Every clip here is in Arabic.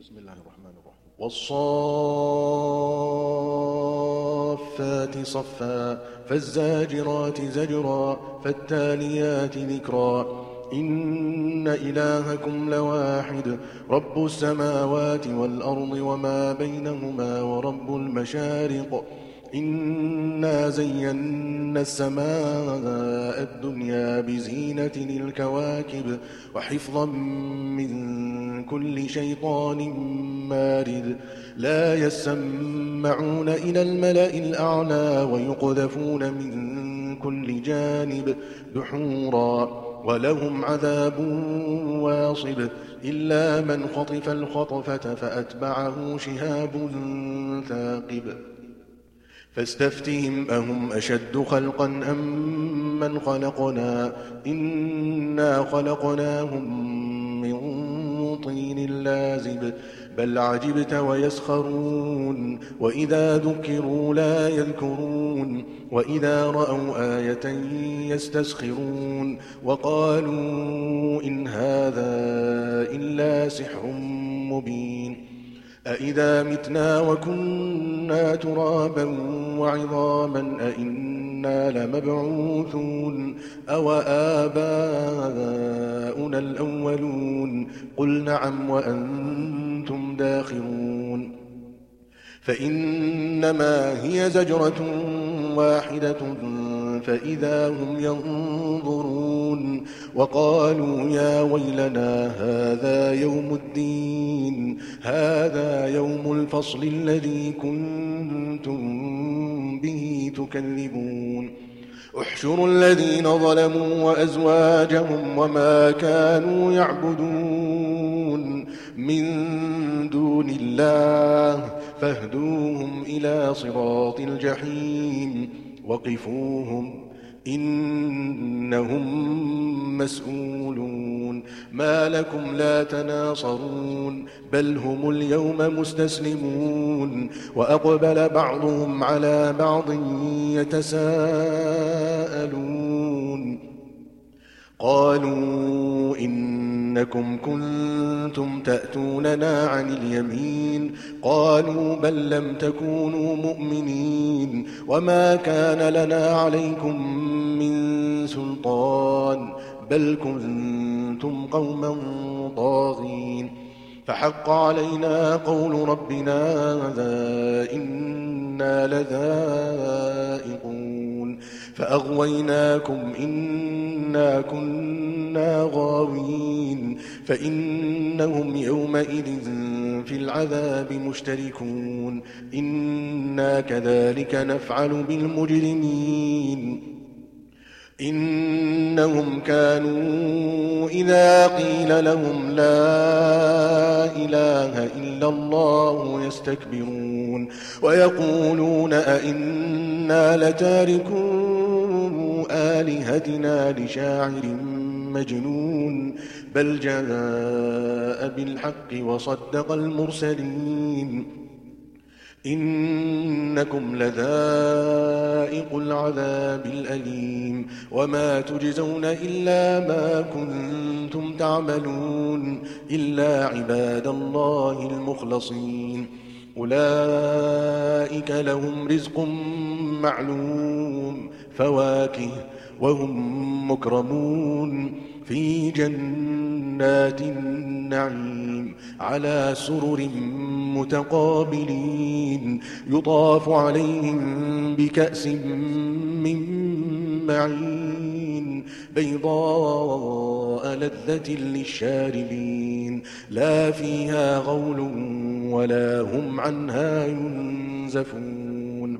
بسم الله الرحمن الرحيم. والصافات صفا فالزاجرات زجرا فالتاليات ذكرا إن إلهكم لواحد رب السماوات والأرض وما بينهما ورب المشارق إنا زينا السماء الدنيا بزينة الكواكب وحفظا من كل شيطان مارد لا يسمعون إلى الملأ الأعلى ويقذفون من كل جانب دحورا ولهم عذاب واصب إلا من خطف الخطفة فأتبعه شهاب ثاقب فاستفتهم أهم أشد خلقا أم من خلقنا إنا خلقناهم من طين لازب بل عجبت ويسخرون وإذا ذكروا لا يذكرون وإذا رأوا آية يستسخرون وقالوا إن هذا إلا سحر مبين أإذا متنا وكنا ترابا وعظاما أإنا لمبعوثون أو آباؤنا الأولون قل نعم وأنتم داخرون فإنما هي زجرة واحدة فإذا هم ينظرون وقالوا يا ويلنا هذا يوم الدين هذا يوم الفصل الذي كنتم به تكذبون احشروا الذين ظلموا وأزواجهم وما كانوا يعبدون من دون الله فاهدوهم إلى صراط الجحيم وقفوهم إنهم مسؤولون ما لكم لا تناصرون بل هم اليوم مستسلمون وأقبل بعضهم على بعض يتساءلون قالوا إنكم كنتم تأتوننا عن اليمين قالوا بل لم تكونوا مؤمنين وما كان لنا عليكم من سلطان بل كنتم قوما طاغين فحق علينا قول ربنا إنا لذائقون فأغويناكم إنا كنا غاوين فإنهم يومئذ في العذاب مشتركون إنا كذلك نفعل بالمجرمين إنهم كانوا إذا قيل لهم لا إله إلا الله يستكبرون ويقولون أئنا لتاركو آلهتنا لشاعر مجنون بل جاء بالحق وصدق المرسلين إنكم لذائق العذاب الأليم وما تجزون إلا ما كنتم تعملون إلا عباد الله المخلصين أولئك لهم رزق معلوم فواكه وهم مكرمون في جنات النعيم على سرر متقابلين يطاف عليهم بكأس من معين بيضاء لذة للشاربين لا فيها غول ولا هم عنها ينزفون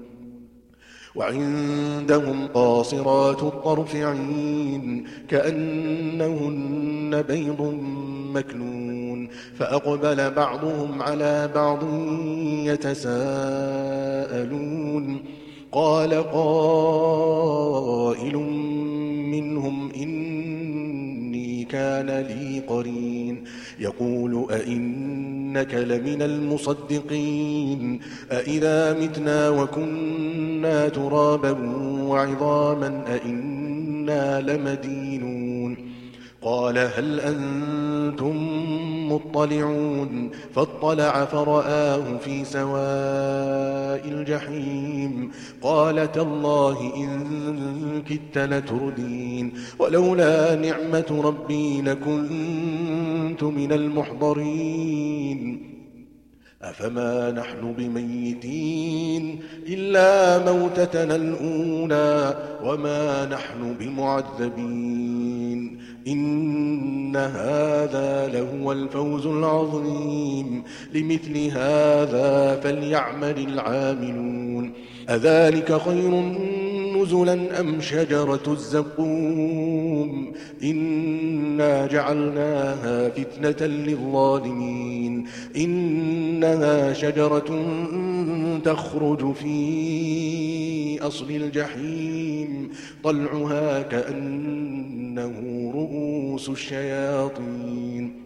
وعندهم قاصرات الطرف عين كأنهن بيض مكنون فأقبل بعضهم على بعض يتساءلون قال قائل منهم إني كان لي قرين يقول أئنك لمن المصدقين أئذا متنا وكنا ترابا وعظاما أئنا لمدينون قال هل أنتم مطلعون فاطلع فرآه في سواء الجحيم قال تالله إن كدت لتردين ولولا نعمة ربي لكنت من المحضرين أفما نحن بميتين إلا موتتنا الأولى وما نحن بمعذبين إن هذا لهو الفوز العظيم لمثل هذا فليعمل العاملون أذلك خير نزلا أم شجرة الزقوم إنا جعلناها فتنة للظالمين إنها شجرة تخرج في أصل الجحيم طلعها كأنه رؤوس الشياطين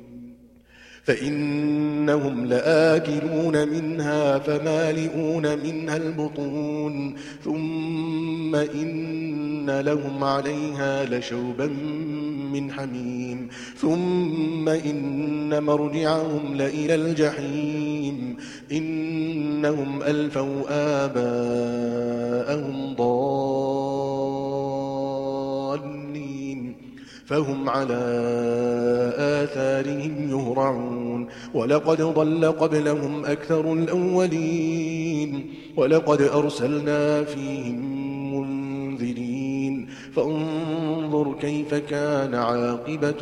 فإنهم لآكلون منها فمالئون منها البطون ثم إن لهم عليها لشوبا من حميم ثم إن مرجعهم لإلى الجحيم إنهم ألفوا آباءهم ضالين فهم على آثارهم يهرعون ولقد ضل قبلهم أكثر الأولين ولقد أرسلنا فيهم منذرين فانظر كيف كان عاقبة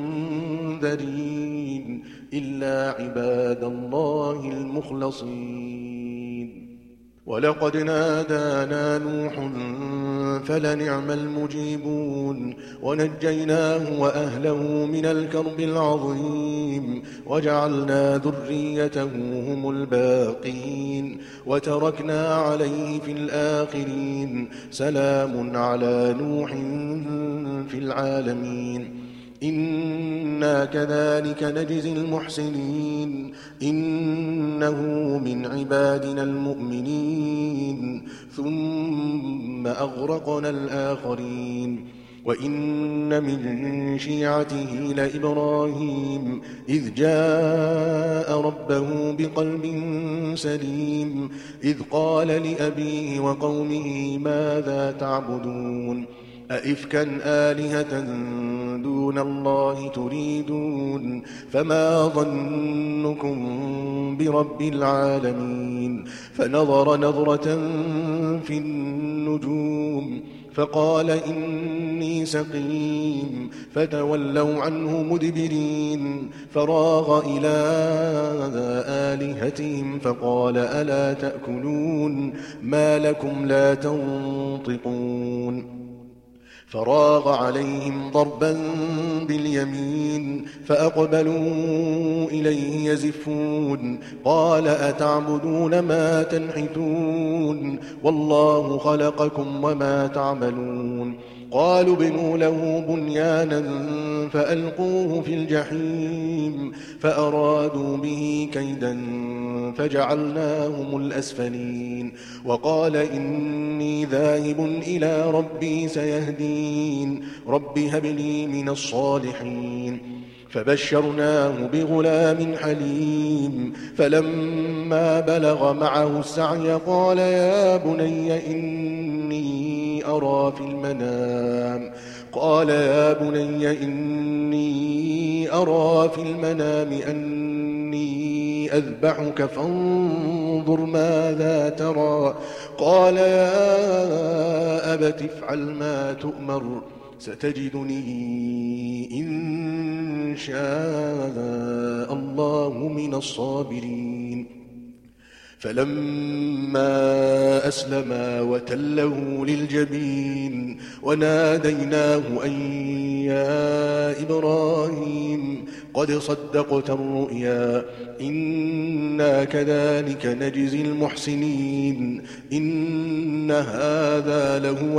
المنذرين إلا عباد الله المخلصين ولقد نادانا نوح فلنعم المجيبون ونجيناه وأهله من الكرب العظيم وجعلنا ذريته هم الباقين وتركنا عليه في الآخرين سلام على نوح في العالمين إنا كذلك نجزي المحسنين إنه من عبادنا المؤمنين ثم أغرقنا الآخرين وإن من شيعته لإبراهيم إذ جاء ربه بقلب سليم إذ قال لأبيه وقومه ماذا تعبدون أئفكا آلهة دون الله تريدون فما ظنكم برب العالمين فنظر نظرة في النجوم فقال إني سقيم فتولوا عنه مدبرين فراغ إلى آلهتهم فقال ألا تأكلون ما لكم لا تنطقون فراغ عليهم ضربا باليمين فأقبلوا إليه يزفون قال أتعبدون ما تنحتون والله خلقكم وما تعملون قالوا ابنوا له بنيانا فألقوه في الجحيم فأرادوا به كيدا فجعلناهم الأسفلين وقال إني ذاهب إلى ربي سيهدين رب هب لي من الصالحين فبشرناه بغلام حليم فلما بلغ معه السعي قال يا بني إني أرى في المنام أني أذبحك فانظر ماذا ترى قال يا أبت افعل ما تؤمر ستجدني إن شاء الله من الصابرين فلما أسلما وتله للجبين وناديناه أن يا إبراهيم قد صدقت الرؤيا إنا كذلك نجزي المحسنين إن هذا لهو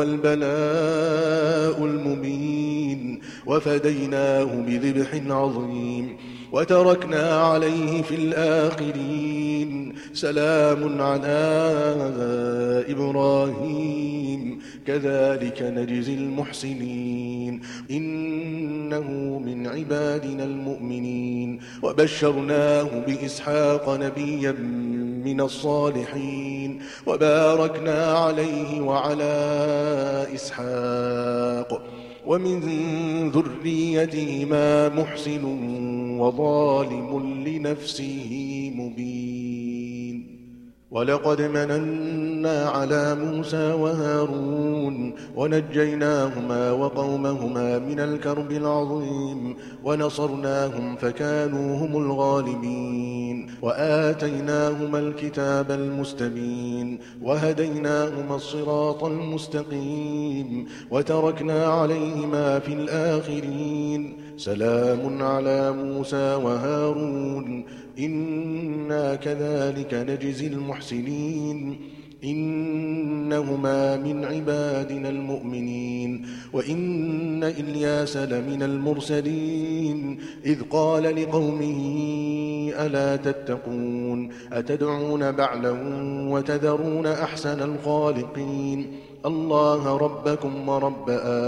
البلاء المبين وفديناه بذبح عظيم وتركنا عليه في الآخرين سلام على إبراهيم كذلك نجزي المحسنين إنه من عبادنا المؤمنين وبشرناه بإسحاق نبيا من الصالحين وباركنا عليه وعلى إسحاق ومن ذريتهما محسن وظالم لنفسه مبين ولقد مننا على موسى وهارون ونجيناهما وقومهما من الكرب العظيم ونصرناهم فكانوا هم الغالبين وآتيناهما الكتاب المستبين وهديناهما الصراط المستقيم وتركنا عليهما في الآخرين سلام على موسى وهارون إنا كذلك نجزي المحسنين إنهما من عبادنا المؤمنين وإن إلياس لمن المرسلين إذ قال لقومه ألا تتقون أتدعون بعلا وتذرون أحسن الخالقين الله ربكم ورب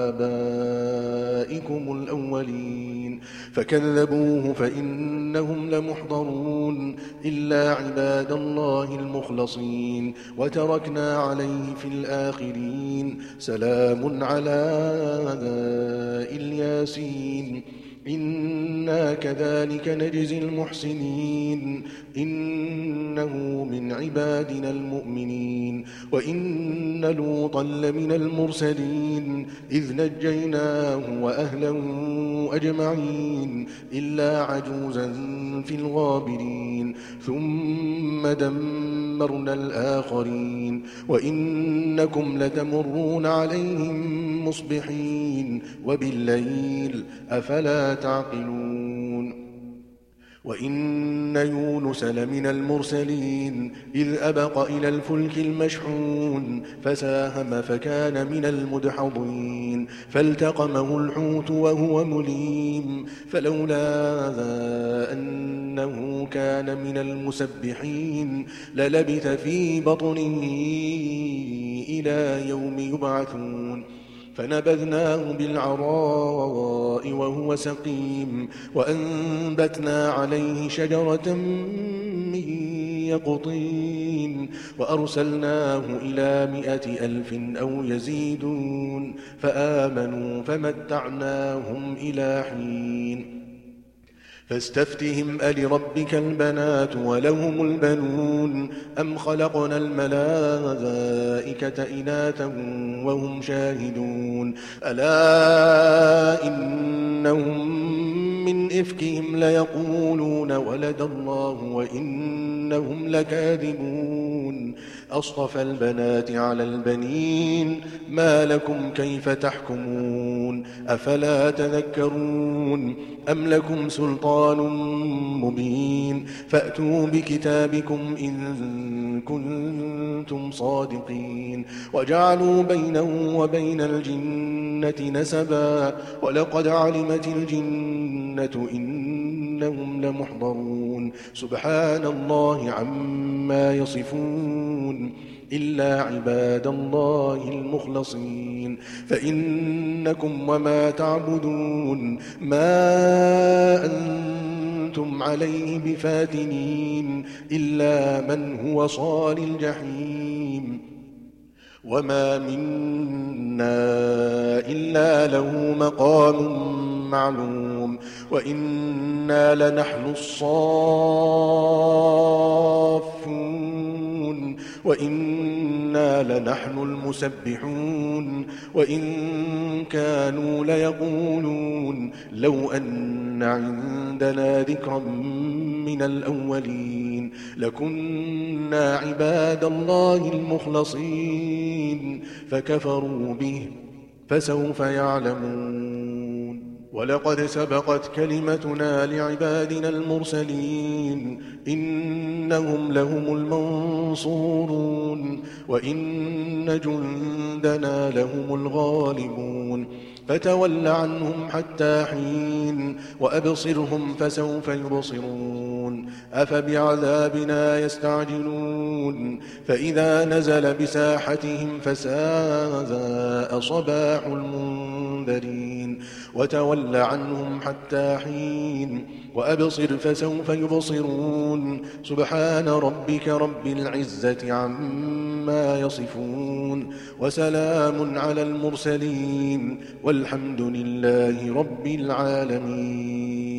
آبائكم الأولين فكذبوه فإنهم لمحضرون إلا عباد الله المخلصين وتركنا عليه في الآخرين سلام على الياسين إنا كذلك نجزي المحسنين إنه من عبادنا المؤمنين وإن لوطا لمن المرسلين إذ نجيناه وأهله أجمعين إلا عجوزا في الغابرين ثم دمرنا الآخرين وإنكم لتمرون عليهم مصبحين وبالليل أفلا تعقلون وإن يونس لمن المرسلين إذ أبق إلى الفلك المشحون فساهم فكان من المدحضين فالتقمه الحوت وهو مليم فلولا أنه كان من المسبحين للبث في بطنه إلى يوم يبعثون فنبذناه بالعراء وهو سقيم وأنبتنا عليه شجرة من يقطين وأرسلناه إلى 100,000 أو يزيدون فآمنوا فمتعناهم إلى حين فاستفتهم ألربك البنات ولهم البنون أم خلقنا الملائكة إناثا وهم شاهدون ألا إنهم من إفكهم ليقولون ولد الله وإنهم لكاذبون أصطفى البنات على البنين ما لكم كيف تحكمون أفلا تذكرون أم لكم سلطان مبين فأتوا بكتابكم إن كنتم صادقين وجعلوا بينه وبين الجنة نسبا ولقد علمت الجنة إنهم لمحضرون سبحان الله عما يصفون إلا عباد الله المخلصين فإنكم وما تعبدون ما أنتم عليه بفاتنين إلا من هو صال الجحيم وما منا إلا له مقام معلوم وإنا لنحن الصافون وإنا لنحن المسبحون وإن كانوا ليقولون لو أن عندنا ذكرا من الأولين لكنا عباد الله المخلصين فكفروا به فسوف يعلمون ولقد سبقت كلمتنا لعبادنا المرسلين إنهم لهم المنصورون وإن جندنا لهم الغالبون فتول عنهم حتى حين وأبصرهم فسوف يبصرون أفبعذابنا يستعجلون فإذا نزل بساحتهم فساء صباح المنذرين وتول عنهم حتى حين وأبصر فسوف يبصرون سبحان ربك رب العزة عما يصفون وسلام على المرسلين والحمد لله رب العالمين.